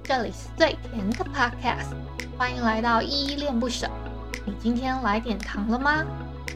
这里是最甜的 Podcast， 欢迎来到依依恋不舍。你今天来点糖了吗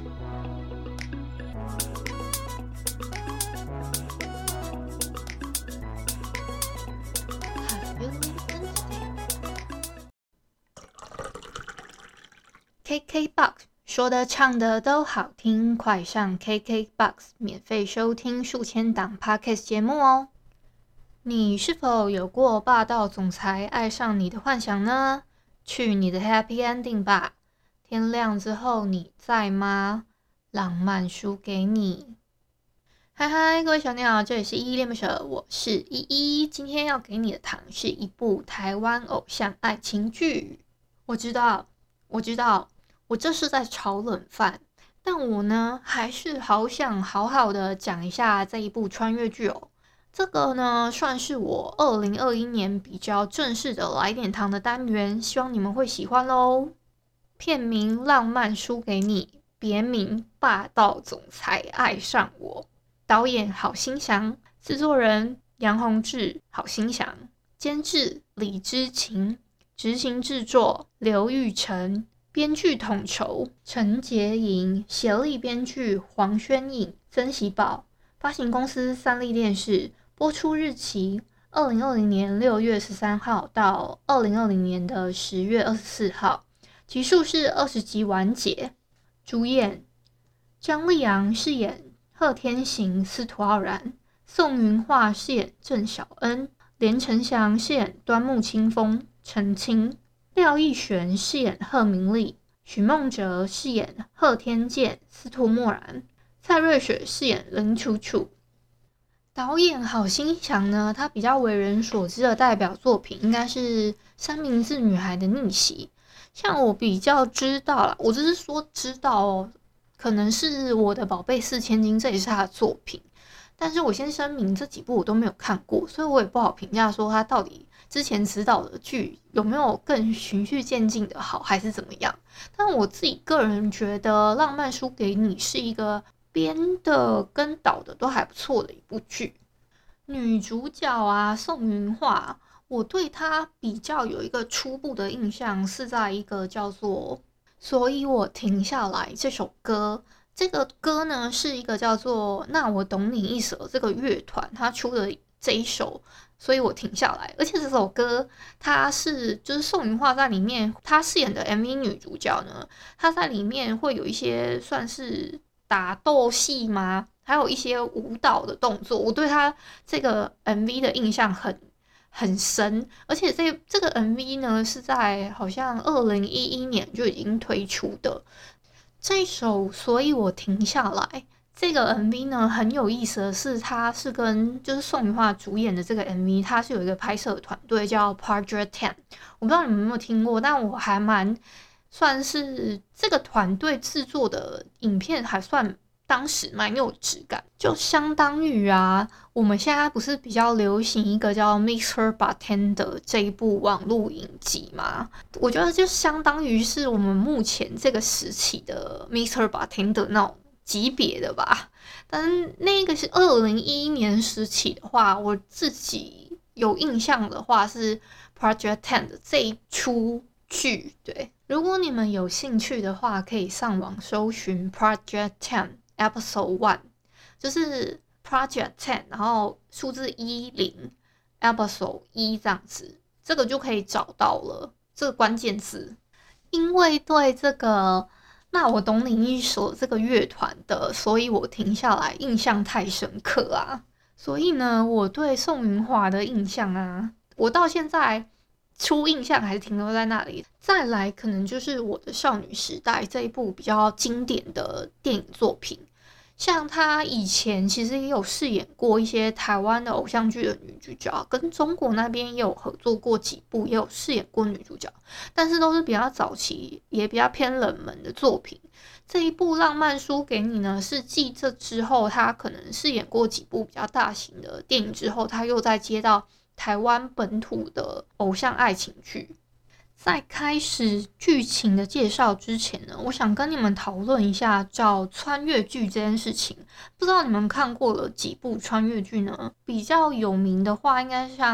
？KKBOX 说的唱的都好听，快上 KKBOX 免费收听数千档 Podcast 节目哦。你是否有过霸道总裁爱上你的幻想呢？去你的 Happy Ending 吧！天亮之后你在吗？浪漫输给你。嗨嗨，各位小鸟，这里是依依恋不舍，我是依依。今天要给你的糖是一部台湾偶像爱情剧。我知道，我这是在炒冷饭，但我呢，还是好想好好的讲一下这一部穿越剧哦。这个呢，算是我2021年比较正式的来点糖的单元，希望你们会喜欢咯。片名《浪漫输给你》，别名《霸道总裁爱上我》，导演郝欣祥，制作人杨宏志、郝欣祥，监制李知琴，执行制作刘玉成，编剧统筹陈洁莹，协力编剧黄宣颖、曾喜宝，发行公司三立电视。播出日期2020年6月13号到2020年的10月24号，集数是20集完结。主演张立昂饰演贺天行、司徒傲然，宋云桦饰演郑晓恩，连承祥饰演端木清风、陈清，廖亦璇饰演贺明丽，许梦哲饰演贺天健、司徒默然，蔡瑞雪饰演林楚楚。导演郝欣祥呢，他比较为人所知的代表作品应该是三明治女孩的逆袭。像我比较知道啦，我只是说知道哦，可能是我的宝贝4000金，这也是他的作品。但是我先声明，这几部我都没有看过，所以我也不好评价说他到底之前指导的剧有没有更循序渐进的好，还是怎么样。但我自己个人觉得《浪漫输给你》是一个编的跟导的都还不错的一部剧。女主角啊，宋云桦，我对她比较有一个初步的印象是在一个叫做《所以我停下来》这首歌。这个歌呢是一个叫做那我懂你意思了这个乐团他出的这一首所以我停下来，而且这首歌它是就是宋云桦在里面她饰演的 MV 女主角呢，她在里面会有一些算是打斗戏吗？还有一些舞蹈的动作，我对她这个 MV 的印象很深，而且这个 MV 呢是在好像2011年就已经推出的。这一首所以我停下来这个 MV 呢很有意思的是，它是跟就是宋云桦主演的这个 MV， 它是有一个拍摄团队叫 Project 10， 我不知道你们有没有听过，但我还蛮算是这个团队制作的影片还算当时蛮有质感，就相当于啊，我们现在不是比较流行一个叫 Mr. Bartender 这一部网络影集吗？我觉得就相当于是我们目前这个时期的 Mr. Bartender 那种级别的吧。但是那个是2011年时期的话，我自己有印象的话是 Project 10的这一出剧。对，如果你们有兴趣的话，可以上网搜寻 Project 10。Episode 1就是 Project 10， 然后数字10 Episode 1这样子，这个就可以找到了这个关键字。因为对这个那我懂你一首这个乐团的，所以我停下来印象太深刻啊。所以呢，我对宋云桦的印象啊，我到现在初印象还是停留在那里。再来可能就是我的少女时代这一部比较经典的电影作品。像她以前其实也有饰演过一些台湾的偶像剧的女主角，跟中国那边也有合作过几部，也有饰演过女主角，但是都是比较早期也比较偏冷门的作品。这一部《浪漫输给你》呢，是继这之后她可能饰演过几部比较大型的电影之后，她又再接到台湾本土的偶像爱情剧。在开始剧情的介绍之前呢，我想跟你们讨论一下叫穿越剧这件事情。不知道你们看过了几部穿越剧呢？比较有名的话，应该像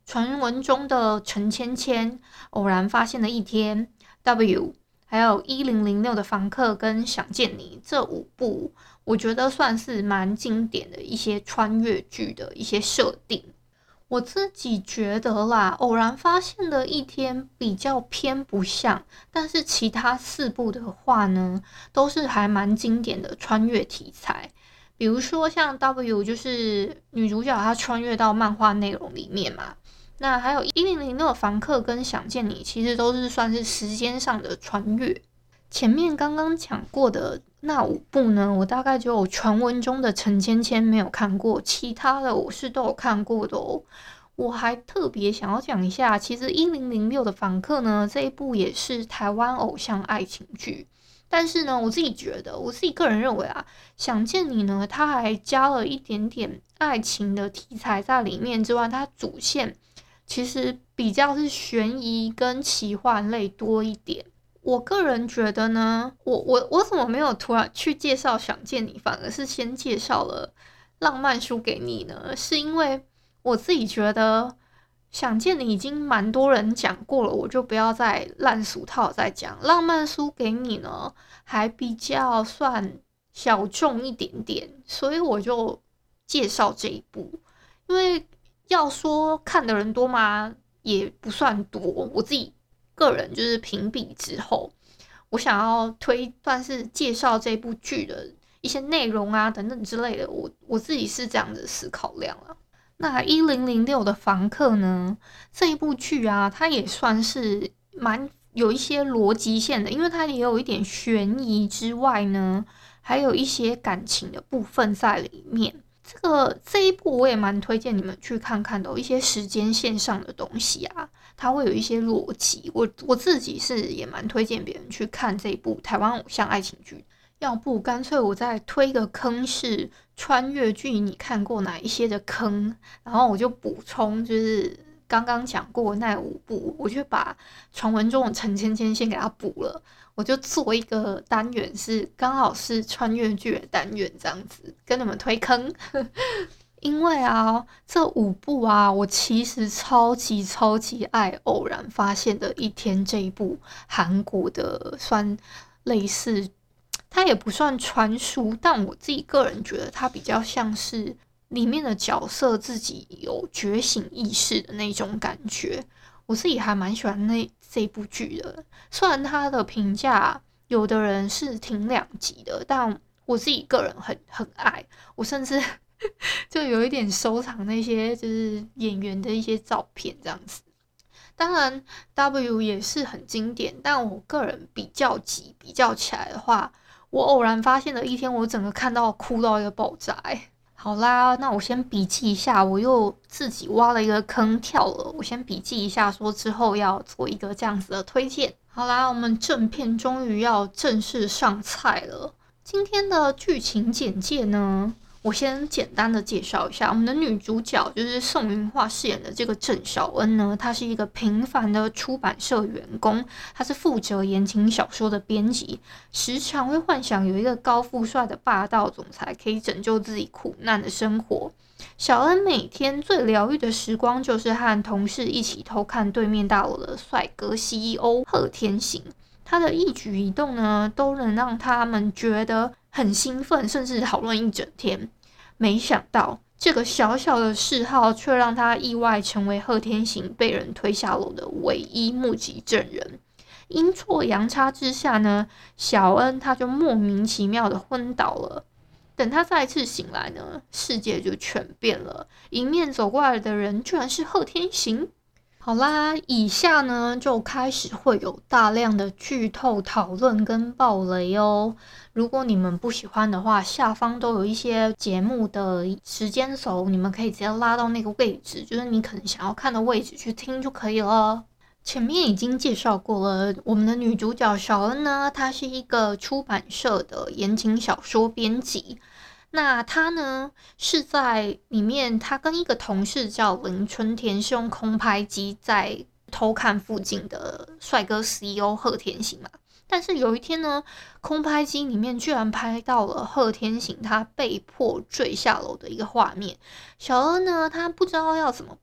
传闻中的陈芊芊、偶然发现的一天、W， 还有1006的房客跟想见你这5部，我觉得算是蛮经典的一些穿越剧的一些设定。我自己觉得啦，偶然发现的一天比较偏不像，但是其他4部的话呢，都是还蛮经典的穿越题材。比如说像 W 就是女主角她穿越到漫画内容里面嘛，那还有1006房客跟想见你，其实都是算是时间上的穿越。前面刚刚讲过的那5部呢，我大概只有传闻中的陈芊芊没有看过，其他的我是都有看过的哦。我还特别想要讲一下，其实1006的房客呢，这一部也是台湾偶像爱情剧。但是呢，我自己觉得，我自己个人认为啊，想见你呢，它还加了一点点爱情的题材在里面之外，它主线其实比较是悬疑跟奇幻类多一点。我个人觉得呢，我怎么没有突然去介绍想见你，反而是先介绍了浪漫书给你呢？是因为我自己觉得想见你已经蛮多人讲过了，我就不要再烂俗套再讲。浪漫书给你呢，还比较算小众一点点，所以我就介绍这一部。因为要说看的人多吗，也不算多。我自己个人就是评比之后，我想要算是介绍这部剧的一些内容啊等等之类的，我自己是这样的思考量啊。那1006的房客呢，这一部剧啊，它也算是蛮有一些逻辑线的，因为它也有一点悬疑之外呢，还有一些感情的部分在里面。这一部我也蛮推荐你们去看看的，一些时间线上的东西啊，它会有一些逻辑。我自己是也蛮推荐别人去看这一部台湾偶像爱情剧。要不干脆我再推个坑是穿越剧，你看过哪一些的坑？然后我就补充，就是刚刚讲过那5部，我就把传闻中的陈芊芊先给它补了。我就做一个单元是刚好是穿越剧的单元，这样子跟你们推坑。因为啊，这5部啊，我其实超级爱偶然发现的一天这一部韩国的，算类似，它也不算传书，但我自己个人觉得它比较像是里面的角色自己有觉醒意识的那种感觉。我自己还蛮喜欢这部剧的，虽然它的评价有的人是挺两极的，但我自己个人很爱，我甚至就有一点收藏那些就是演员的一些照片这样子。当然 W 也是很经典，但我个人比较起来的话，我偶然发现的一天，我整个看到哭到一个爆炸好啦，那我先笔记一下，我又自己挖了一个坑跳了。我先笔记一下，说之后要做一个这样子的推荐。好啦，我们正片终于要正式上菜了。今天的剧情简介呢，我先简单的介绍一下，我们的女主角就是宋芸樺饰演的这个郑晓恩呢，她是一个平凡的出版社员工，她是负责言情小说的编辑，时常会幻想有一个高富帅的霸道总裁可以拯救自己苦难的生活。小恩每天最疗愈的时光就是和同事一起偷看对面大楼的帅哥 CEO 贺天行，他的一举一动呢，都能让他们觉得很兴奋，甚至讨论一整天。没想到这个小小的嗜好却让他意外成为贺天行被人推下楼的唯一目击证人。阴错阳差之下呢，小恩他就莫名其妙的昏倒了。等他再次醒来呢，世界就全变了，迎面走过来的人居然是贺天行。好啦，以下呢就开始会有大量的剧透讨论跟爆雷哦。如果你们不喜欢的话，下方都有一些节目的时间轴，你们可以直接拉到那个位置，就是你可能想要看的位置去听就可以了。前面已经介绍过了，我们的女主角小恩呢，她是一个出版社的言情小说编辑。那他呢是在里面，他跟一个同事叫林春天，是用空拍机在偷看附近的帅哥 CEO 贺天行嘛。但是有一天呢，空拍机里面居然拍到了贺天行他被迫坠下楼的一个画面。小恩呢，他不知道要怎么办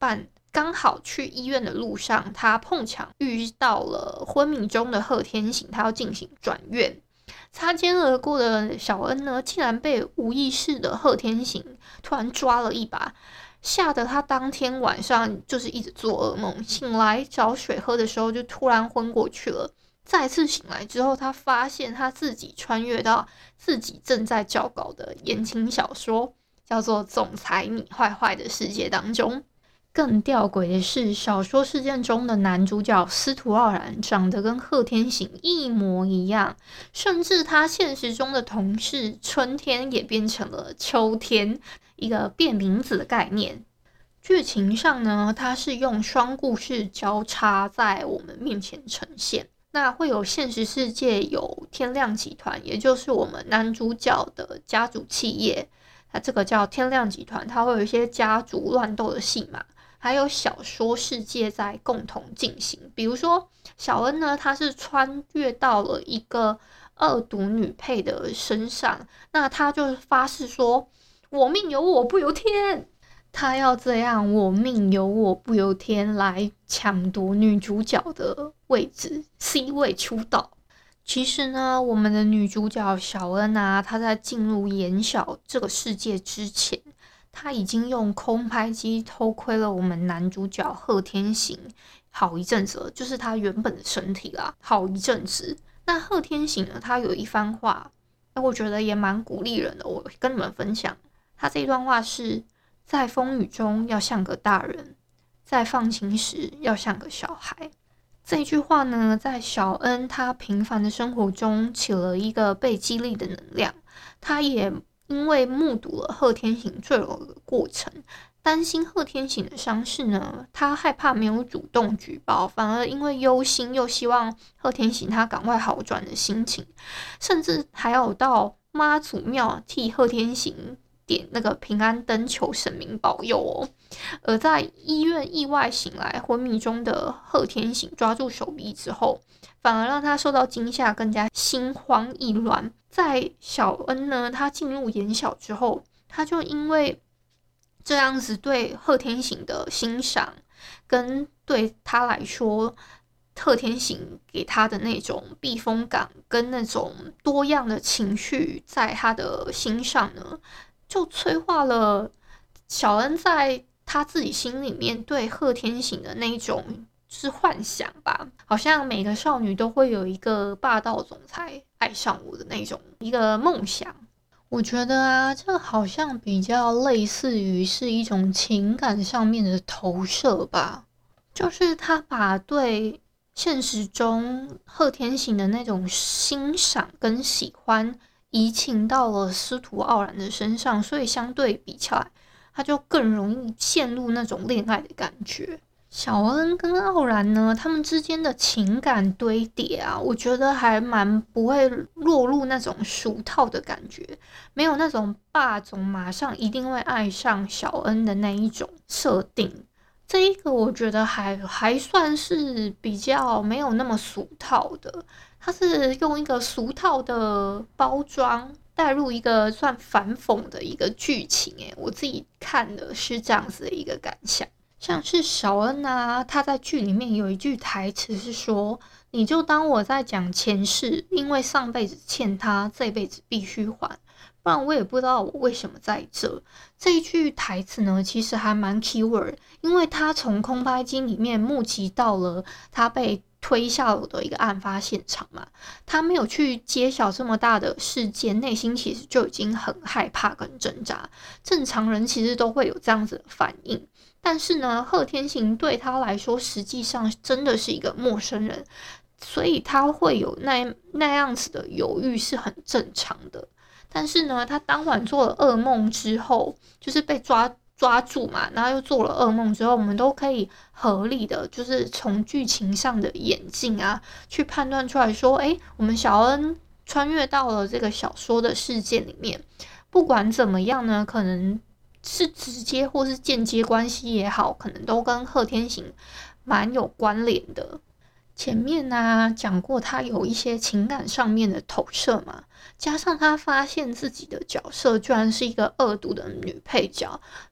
刚好去医院的路上，他碰巧遇到了昏迷中的贺天行，他要进行转院。擦肩而过的小恩呢，竟然被无意识的贺天行突然抓了一把，吓得他当天晚上就是一直做噩梦，醒来找水喝的时候就突然昏过去了。再次醒来之后，他发现他自己穿越到自己正在校稿的言情小说，叫做《总裁你坏坏》的世界当中。更吊诡的是，小说事件中的男主角司徒傲然长得跟贺天行一模一样，甚至他现实中的同事春天也变成了秋天，一个变名字的概念。剧情上呢，它是用双故事交叉在我们面前呈现。那会有现实世界有天亮集团，也就是我们男主角的家族企业，它这个叫天亮集团，它会有一些家族乱斗的戏码。还有小说世界在共同进行，比如说小恩呢，他是穿越到了一个恶毒女配的身上，那他就发誓说：“我命由我不由天。”他要这样“我命由我不由天”来抢夺女主角的位置 ，C 位出道。其实呢，我们的女主角小恩啊，她在进入言小这个世界之前，他已经用空拍机偷窥了我们男主角贺天行好一阵子了，就是他原本的身体啦，好一阵子。那贺天行呢，他有一番话，我觉得也蛮鼓励人的，我跟你们分享。他这一段话是：在风雨中要像个大人，在放晴时要像个小孩。这一句话呢，在小恩他平凡的生活中起了一个被激励的能量，他也因为目睹了贺天行坠楼的过程，担心贺天行的伤势呢，他害怕没有主动举报，反而因为忧心又希望贺天行他赶快好转的心情，甚至还有到妈祖庙替贺天行点那个平安灯求神明保佑哦。而在医院意外醒来昏迷中的贺天行抓住手臂之后，反而让他受到惊吓，更加心慌意乱。在小恩呢，他进入言小之后，他就因为这样子对贺天行的欣赏，跟对他来说，贺天行给他的那种避风港跟那种多样的情绪，在他的心上呢，就催化了小恩在他自己心里面对贺天行的那种就是幻想吧，好像每个少女都会有一个霸道总裁爱上我的那种一个梦想。我觉得啊，这好像比较类似于是一种情感上面的投射吧，就是他把对现实中贺天行的那种欣赏跟喜欢移情到了司徒傲然的身上，所以相对比起来，他就更容易陷入那种恋爱的感觉。小恩跟傲然呢，他们之间的情感堆叠啊，我觉得还蛮不会落入那种俗套的感觉，没有那种霸总马上一定会爱上小恩的那一种设定。这一个我觉得还算是比较没有那么俗套的，它是用一个俗套的包装带入一个算反讽的一个剧情，我自己看的是这样子的一个感想。像是小恩啊，他在剧里面有一句台词是说：“你就当我在讲前世，因为上辈子欠他，这辈子必须还，不然我也不知道我为什么在这。”这一句台词呢，其实还蛮 keyword， 因为他从空拍机里面目击到了他被推下楼的一个案发现场嘛，他没有去揭晓这么大的事件，内心其实就已经很害怕跟挣扎。正常人其实都会有这样子的反应。但是呢，贺天行对他来说实际上真的是一个陌生人，所以他会有那样子的犹豫是很正常的。但是呢，他当晚做了噩梦之后，就是被抓住嘛，然后又做了噩梦之后，我们都可以合理的，就是从剧情上的演进啊，去判断出来说，我们小恩穿越到了这个小说的事件里面，不管怎么样呢，可能是直接或是间接关系也好，可能都跟贺天行蛮有关联的。前面啊讲过他有一些情感上面的投射嘛，加上他发现自己的角色居然是一个恶毒的女配角，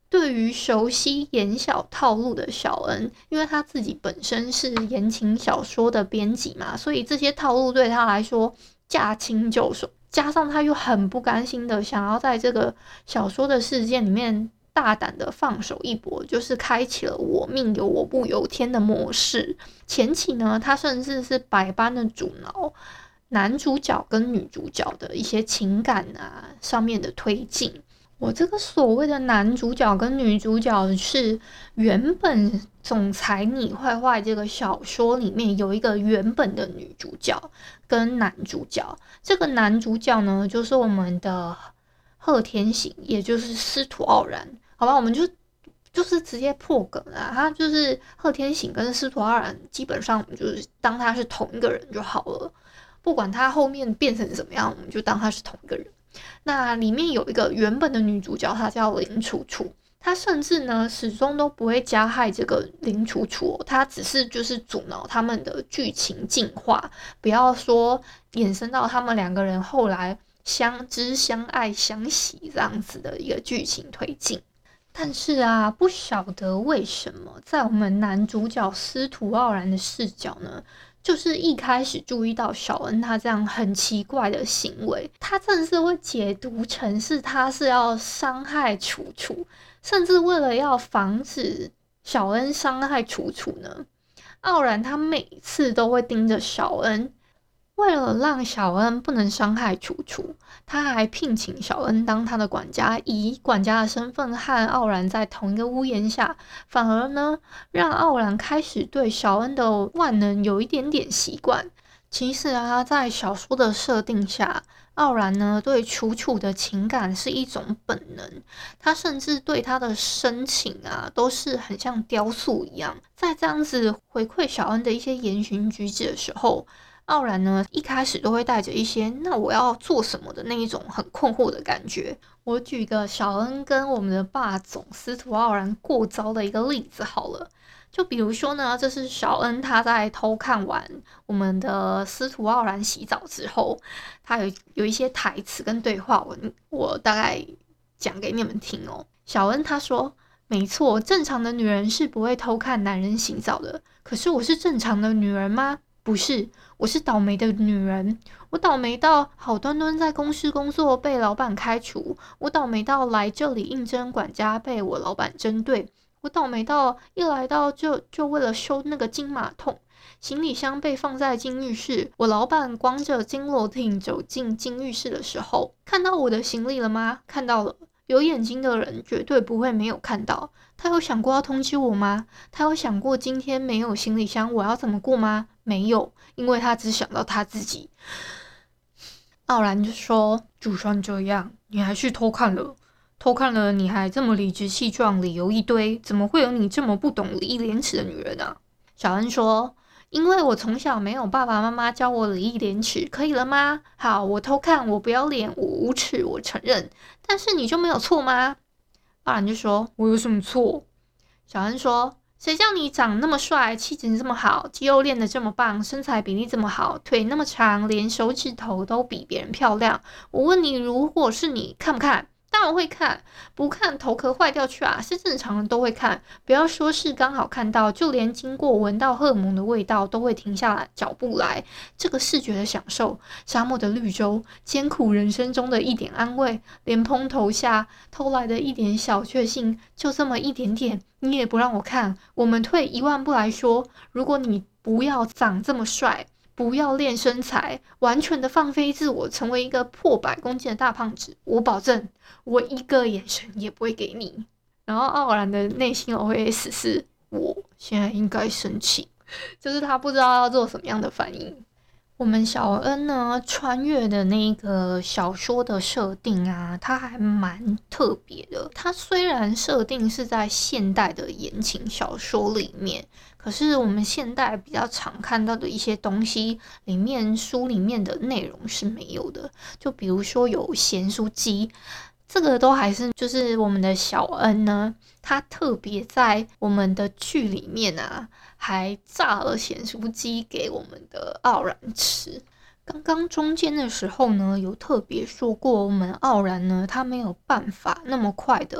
对于熟悉言小套路的小恩，因为他自己本身是言情小说的编辑嘛，所以这些套路对他来说驾轻就熟。加上他又很不甘心的想要在这个小说的世界里面大胆的放手一搏，就是开启了我命由我不由天的模式。前期呢，他甚至是百般的阻挠男主角跟女主角的一些情感啊上面的推进。我这个所谓的男主角跟女主角是原本总裁你坏坏这个小说里面有一个原本的女主角跟男主角，这个男主角呢就是我们的贺天行，也就是司徒傲然。好吧，我们就是直接破梗啊，他就是贺天行跟司徒傲然，基本上我们就是当他是同一个人就好了，不管他后面变成怎么样，我们就当他是同一个人。那里面有一个原本的女主角，她叫林楚楚，她甚至呢始终都不会加害这个林楚楚，她只是就是阻挠他们的剧情进化，不要说衍生到他们两个人后来相知相爱相惜这样子的一个剧情推进。但是啊，不晓得为什么，在我们男主角司徒傲然的视角呢，就是一开始注意到小恩他这样很奇怪的行为，他真的是会解读成是他是要伤害楚楚，甚至为了要防止小恩伤害楚楚呢，傲然他每次都会盯着小恩，为了让小恩不能伤害楚楚，他还聘请小恩当他的管家，以管家的身份和傲然在同一个屋檐下，反而呢，让傲然开始对小恩的万能有一点点习惯。其实啊，在小说的设定下，傲然呢对楚楚的情感是一种本能，他甚至对他的深情啊，都是很像雕塑一样。在这样子回馈小恩的一些言行举止的时候，傲然呢，一开始都会带着一些那我要做什么的那一种很困惑的感觉。我举个小恩跟我们的霸总司徒傲然过招的一个例子好了，就比如说呢，这是小恩他在偷看完我们的司徒傲然洗澡之后，他有一些台词跟对话，我大概讲给你们听哦。小恩他说：没错，正常的女人是不会偷看男人洗澡的。可是我是正常的女人吗？不是，我是倒霉的女人。我倒霉到好端端在公司工作被老板开除，我倒霉到来这里应征管家被我老板针对，我倒霉到一来到就为了修那个金马桶，行李箱被放在金浴室，我老板光着金裸体走进金浴室的时候，看到我的行李了吗？看到了。有眼睛的人绝对不会没有看到。他有想过要通知我吗？他有想过今天没有行李箱我要怎么过吗？没有，因为他只想到他自己。傲然就说：就算这样，你还是偷看了。偷看了你还这么理直气壮，理由一堆，怎么会有你这么不懂礼义廉耻的女人啊？小恩说：因为我从小没有爸爸妈妈教我礼义廉耻，可以了吗？好，我偷看，我不要脸，我无耻，我承认。但是你就没有错吗？傲然就说：我有什么错？小恩说：谁叫你长那么帅，气质这么好，肌肉练得这么棒，身材比例这么好，腿那么长，连手指头都比别人漂亮。我问你，如果是你，看不看？当然会看，不看头壳坏掉去啊！是正常人都会看，不要说是刚好看到，就连经过闻到荷尔蒙的味道都会停下来脚步来。这个视觉的享受，沙漠的绿洲，艰苦人生中的一点安慰，莲蓬头下偷来的一点小确幸，就这么一点点，你也不让我看。我们退1万步来说，如果你不要长这么帅，不要练身材，完全的放飞自我，成为一个破100公斤的大胖子，我保证，我一个眼神也不会给你。然后傲然的内心 OS 是：我现在应该生气，就是他不知道要做什么样的反应。我们小恩呢，穿越的那个小说的设定啊，它还蛮特别的。它虽然设定是在现代的言情小说里面，可是我们现代比较常看到的一些东西，书里面的内容是没有的。就比如说有咸酥鸡，这个都还是就是我们的小恩呢，他特别在我们的剧里面啊，还炸了咸酥鸡给我们的傲然吃。刚刚中间的时候呢，有特别说过，我们傲然呢，他没有办法那么快的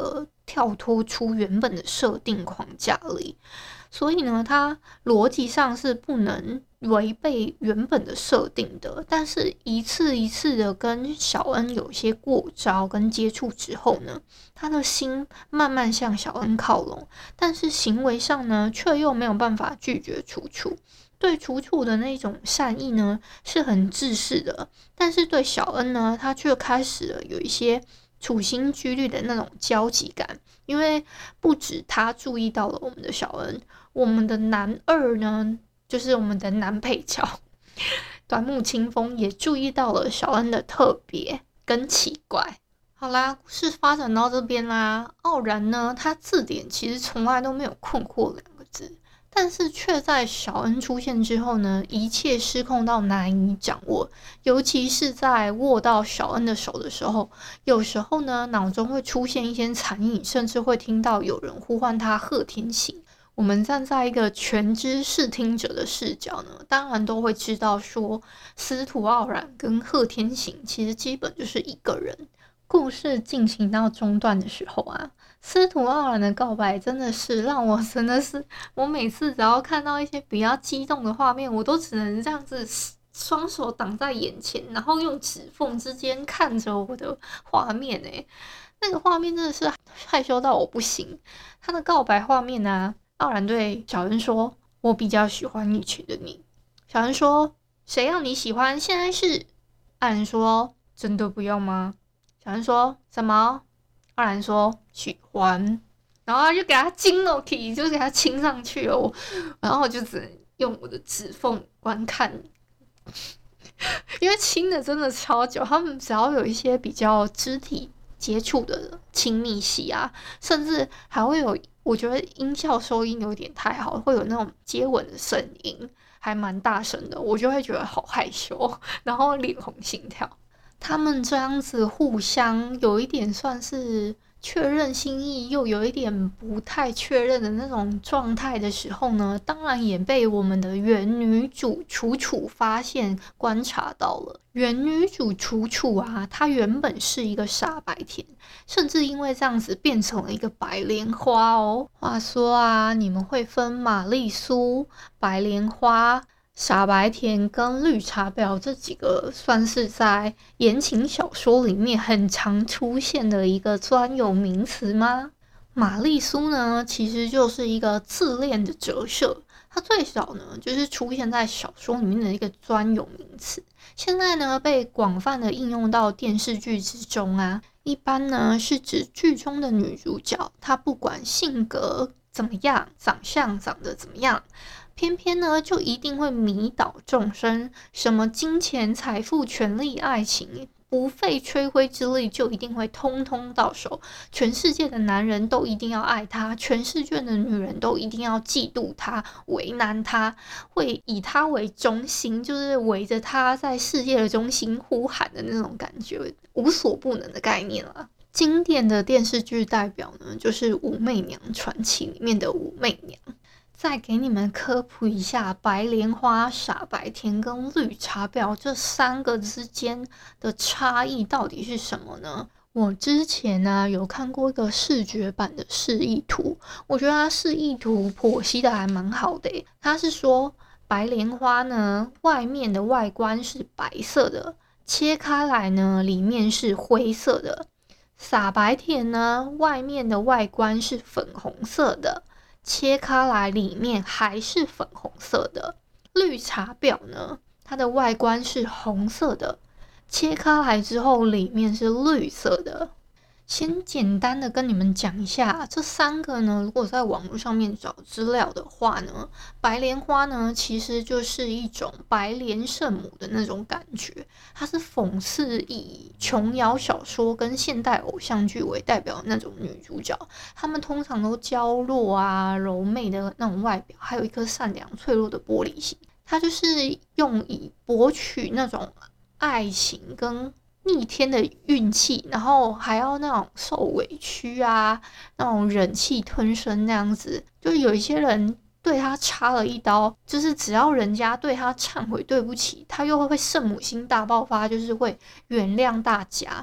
跳脱出原本的设定框架里，所以呢，它逻辑上是不能违背原本的设定的。但是一次一次的跟小恩有些过招跟接触之后呢，他的心慢慢向小恩靠拢，但是行为上呢，却又没有办法拒绝楚楚。对楚楚的那种善意呢，是很自私的，但是对小恩呢，他却开始了有一些处心积虑的那种焦急感。因为不止他注意到了我们的小恩，我们的男二呢，就是我们的男配角短木清风也注意到了小恩的特别跟奇怪。好啦，故事发展到这边啦，傲然呢，他字典其实从来都没有困惑2个字，但是却在小恩出现之后呢，一切失控到难以掌握。尤其是在握到小恩的手的时候，有时候呢，脑中会出现一些残影，甚至会听到有人呼唤他贺天行。我们站在一个全知视听者的视角呢，当然都会知道说，司徒傲然跟贺天行其实基本就是一个人。故事进行到中段的时候啊，司徒傲然的告白真的是让我真的是，我每次只要看到一些比较激动的画面，我都只能这样子双手挡在眼前，然后用指缝之间看着我的画面那个画面真的是害羞到我不行。他的告白画面啊，傲然对小恩说：“我比较喜欢以前的你。”小恩说：“谁让你喜欢？现在是。”傲然说：“真的不要吗？”小恩说什么？傲然说喜欢，然后他就给他亲了起，就给他亲上去哦，然后我就只能用我的指缝观看，因为亲的真的超久，他们只要有一些比较肢体接触的亲密戏啊，甚至还会有，我觉得音效收音有点太好，会有那种接吻的声音，还蛮大声的，我就会觉得好害羞，然后脸红心跳。他们这样子互相有一点算是确认心意，又有一点不太确认的那种状态的时候呢，当然也被我们的原女主楚楚发现观察到了。原女主楚楚啊，她原本是一个傻白甜，甚至因为这样子变成了一个白莲花哦。话说啊，你们会分玛丽苏、白莲花、傻白甜跟绿茶婊这几个算是在言情小说里面很常出现的一个专有名词吗？玛丽苏呢，其实就是一个自恋的折射，它最早呢就是出现在小说里面的一个专有名词，现在呢被广泛的应用到电视剧之中啊。一般呢是指剧中的女主角，她不管性格怎么样，长相长得怎么样，偏偏呢就一定会迷倒众生，什么金钱、财富、权力、爱情，不费吹灰之力就一定会通通到手。全世界的男人都一定要爱他，全世界的女人都一定要嫉妒他、为难他，会以他为中心，就是围着他在世界的中心呼喊的那种感觉，无所不能的概念啦。经典的电视剧代表呢，就是《武媚娘传奇》里面的武媚娘。再给你们科普一下，白莲花、傻白甜跟绿茶婊这3个之间的差异到底是什么呢？我之前呢有看过一个视觉版的示意图，我觉得它示意图剖析的还蛮好的它是说白莲花呢，外面的外观是白色的，切开来呢，里面是灰色的；傻白甜呢，外面的外观是粉红色的，切开来里面还是粉红色的。绿茶婊呢，它的外观是红色的，切开来之后里面是绿色的。先简单的跟你们讲一下这3个呢，如果在网络上面找资料的话呢，白莲花呢其实就是一种白莲圣母的那种感觉，它是讽刺以琼瑶小说跟现代偶像剧为代表的那种女主角，她们通常都娇弱啊、柔媚的那种外表，还有一颗善良脆弱的玻璃心，她就是用以博取那种爱情跟逆天的运气，然后还要那种受委屈啊，那种忍气吞声那样子。就有一些人对他插了一刀，就是只要人家对他忏悔对不起，他又会圣母心大爆发，就是会原谅大家。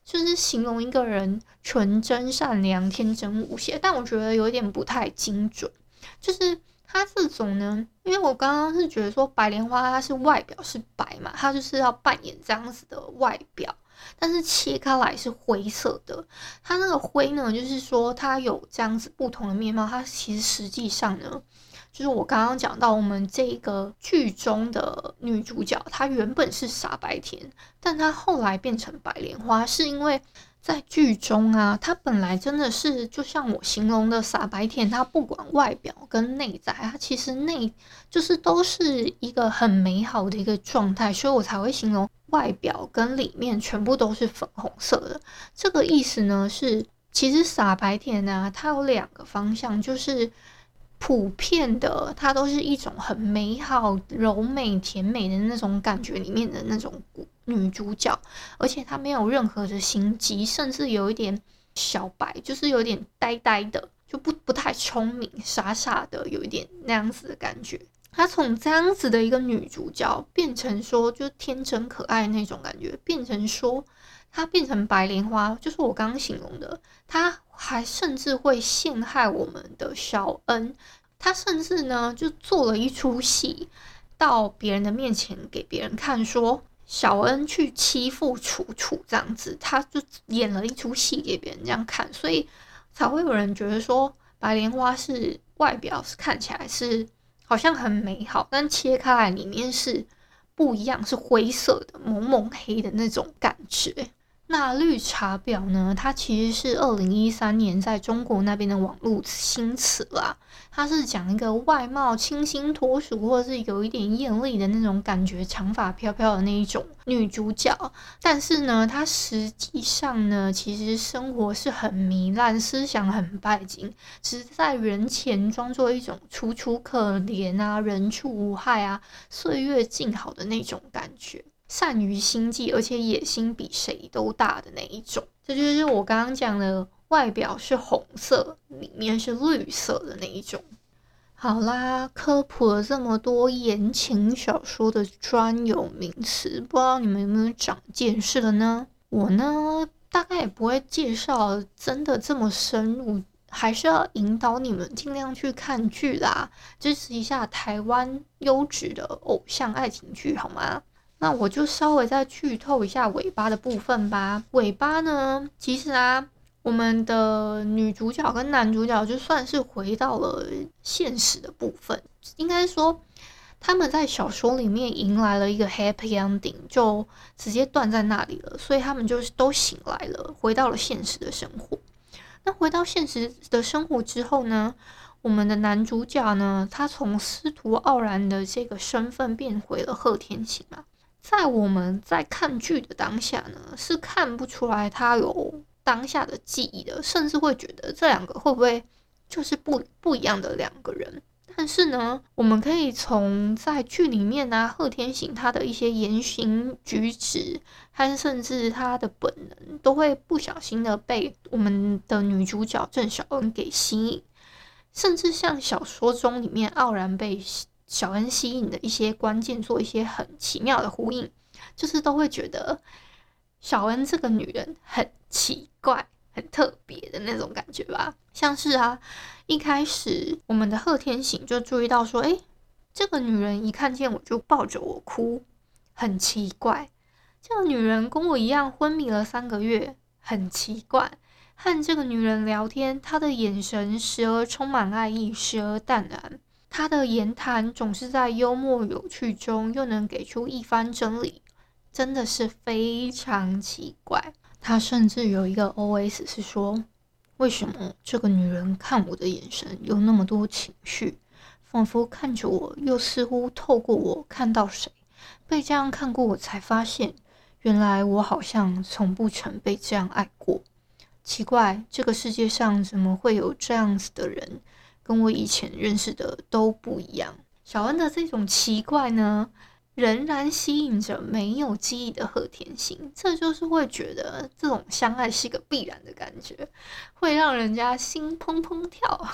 就是形容一个人纯真善良天真无邪，但我觉得有点不太精准。就是他这种呢，因为我刚刚是觉得说白莲花它是外表是白嘛，它就是要扮演这样子的外表，但是切开来是灰色的。它那个灰呢，就是说它有这样子不同的面貌，它其实实际上呢，就是我刚刚讲到我们这个剧中的女主角，她原本是傻白甜，但她后来变成白莲花，是因为在剧中啊，她本来真的是就像我形容的傻白甜，她不管外表跟内在，她其实就是都是一个很美好的一个状态，所以我才会形容外表跟里面全部都是粉红色的。这个意思呢是，其实傻白甜啊，它有2个方向，就是普遍的，它都是一种很美好、柔美、甜美的那种感觉里面的那种女主角，而且她没有任何的心机，甚至有一点小白，就是有点呆呆的，就不太聪明，傻傻的，有一点那样子的感觉。她从这样子的一个女主角变成说，就天真可爱那种感觉，变成说她变成白莲花，就是我刚刚形容的，她还甚至会陷害我们的小恩。她甚至呢就做了一出戏，到别人的面前给别人看说小恩去欺负楚楚这样子，她就演了一出戏给别人这样看，所以才会有人觉得说白莲花是外表是看起来是好像很美好，但切开来里面是不一样，是灰色的、蒙蒙黑的那种感觉。那绿茶婊呢，它其实是2013年在中国那边的网络新词啦。它是讲一个外貌清新脱俗，或者是有一点艳丽的那种感觉，长发飘飘的那一种女主角。但是呢，她实际上呢，其实生活是很糜烂，思想很拜金，只是在人前装作一种楚楚可怜啊、人畜无害啊、岁月静好的那种感觉。善于心计，而且野心比谁都大的那一种。这就是我刚刚讲的，外表是红色，里面是绿色的那一种。好啦，科普了这么多言情小说的专有名词，不知道你们有没有长见识了呢？我呢，大概也不会介绍真的这么深入，还是要引导你们尽量去看剧啦，支持一下台湾优质的偶像爱情剧，好吗？那我就稍微再剧透一下尾巴的部分吧。尾巴呢，其实啊，我们的女主角跟男主角就算是回到了现实的部分，应该说他们在小说里面迎来了一个 happy ending， 就直接断在那里了，所以他们就是都醒来了，回到了现实的生活。那回到现实的生活之后呢，我们的男主角呢，他从司徒傲然的这个身份变回了贺天行嘛。在我们在看剧的当下呢，是看不出来他有当下的记忆的，甚至会觉得这2个会不会就是不一样的2个人。但是呢，我们可以从在剧里面啊，贺天行他的一些言行举止，和甚至他的本能，都会不小心的被我们的女主角郑晓恩给吸引，甚至像小说中里面傲然被小恩吸引的一些关键做一些很奇妙的呼应，就是都会觉得小恩这个女人很奇怪、很特别的那种感觉吧。像是啊，一开始我们的贺天行就注意到说，这个女人一看见我就抱着我哭，很奇怪。这个女人跟我一样昏迷了3个月，很奇怪。和这个女人聊天，她的眼神时而充满爱意，时而淡然。他的言谈总是在幽默有趣中又能给出一番真理，真的是非常奇怪。他甚至有一个 OS 是说，为什么这个女人看我的眼神有那么多情绪，仿佛看着我，又似乎透过我看到谁。被这样看过，我才发现原来我好像从不曾被这样爱过。奇怪，这个世界上怎么会有这样子的人，跟我以前认识的都不一样。小恩的这种奇怪呢，仍然吸引着没有记忆的贺天行，这就是会觉得这种相爱是一个必然的感觉，会让人家心砰砰跳。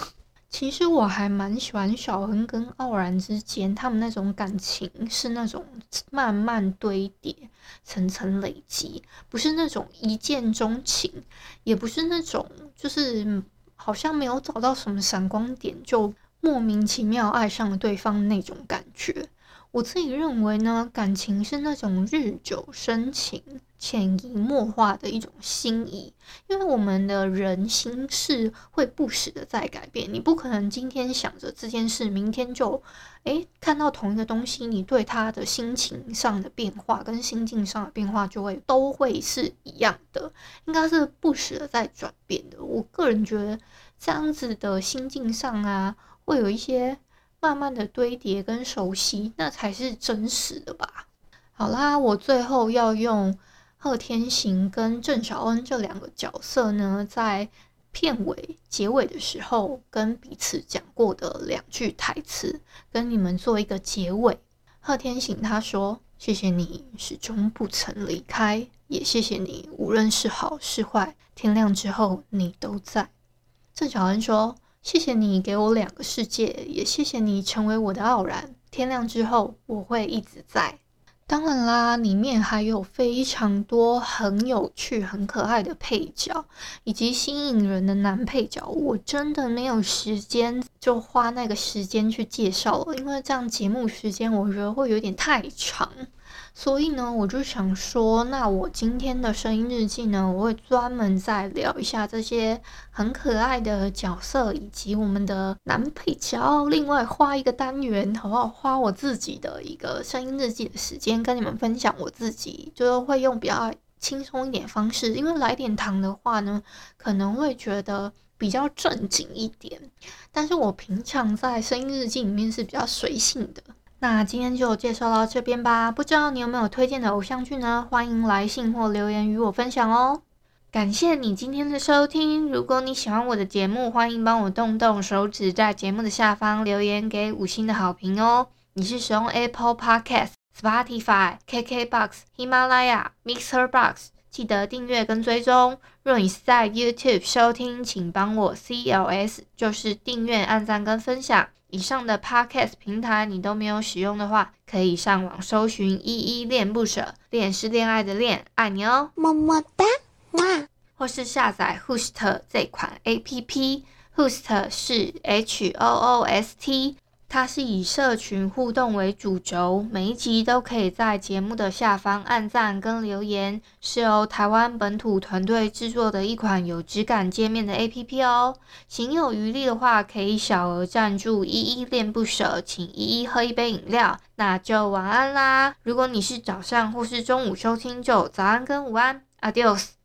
其实我还蛮喜欢小恩跟傲然之间，他们那种感情是那种慢慢堆叠、层层累积，不是那种一见钟情，也不是那种就是好像没有找到什么闪光点就莫名其妙爱上了对方那种感觉。我自己认为呢，感情是那种日久生情、潜移默化的一种心意，因为我们的人心事会不时的在改变，你不可能今天想着这件事，明天就看到同一个东西，你对他的心情上的变化跟心境上的变化都会是一样的，应该是不时的在转变的。我个人觉得这样子的心境上啊，会有一些慢慢的堆叠跟熟悉，那才是真实的吧。好啦，我最后要用贺天行跟郑晓恩这两个角色呢，在片尾、结尾的时候跟彼此讲过的两句台词，跟你们做一个结尾。贺天行他说：“谢谢你始终不曾离开，也谢谢你无论是好是坏，天亮之后你都在。”郑晓恩说：“谢谢你给我两个世界，也谢谢你成为我的傲然。天亮之后，我会一直在。”当然啦，里面还有非常多很有趣、很可爱的配角，以及吸引人的男配角。我真的没有时间就花那个时间去介绍了，因为这样节目时间我觉得会有点太长。所以呢，我就想说，那我今天的声音日记呢，我会专门再聊一下这些很可爱的角色，以及我们的男配角。另外花一个单元，好不好？花我自己的一个声音日记的时间，跟你们分享我自己，就会用比较轻松一点方式。因为来点糖的话呢，可能会觉得比较正经一点，但是我平常在声音日记里面是比较随性的。那今天就介绍到这边吧，不知道你有没有推荐的偶像剧呢？欢迎来信或留言与我分享哦。感谢你今天的收听，如果你喜欢我的节目，欢迎帮我动动手指，在节目的下方留言给5星的好评哦。你是使用 Apple Podcast、Spotify、KKBox、喜马拉雅、Mixer Box，记得订阅跟追踪。若你是在 YouTube 收听，请帮我 CLS， 就是订阅、按赞跟分享。以上的 Podcast 平台你都没有使用的话，可以上网搜寻依依恋不舍，恋是恋爱的恋，爱你哦，么么哒，或是下载 Hoost 这款 APP，Hoost 是 HOOST， 它是以社群互动为主轴，每一集都可以在节目的下方按赞跟留言，是由台湾本土团队制作的一款有质感界面的 APP 哦。行有余力的话，可以小额赞助依依恋不舍，请依依喝一杯饮料。那就晚安啦！如果你是早上或是中午收听，就早安跟午安 ，Adios。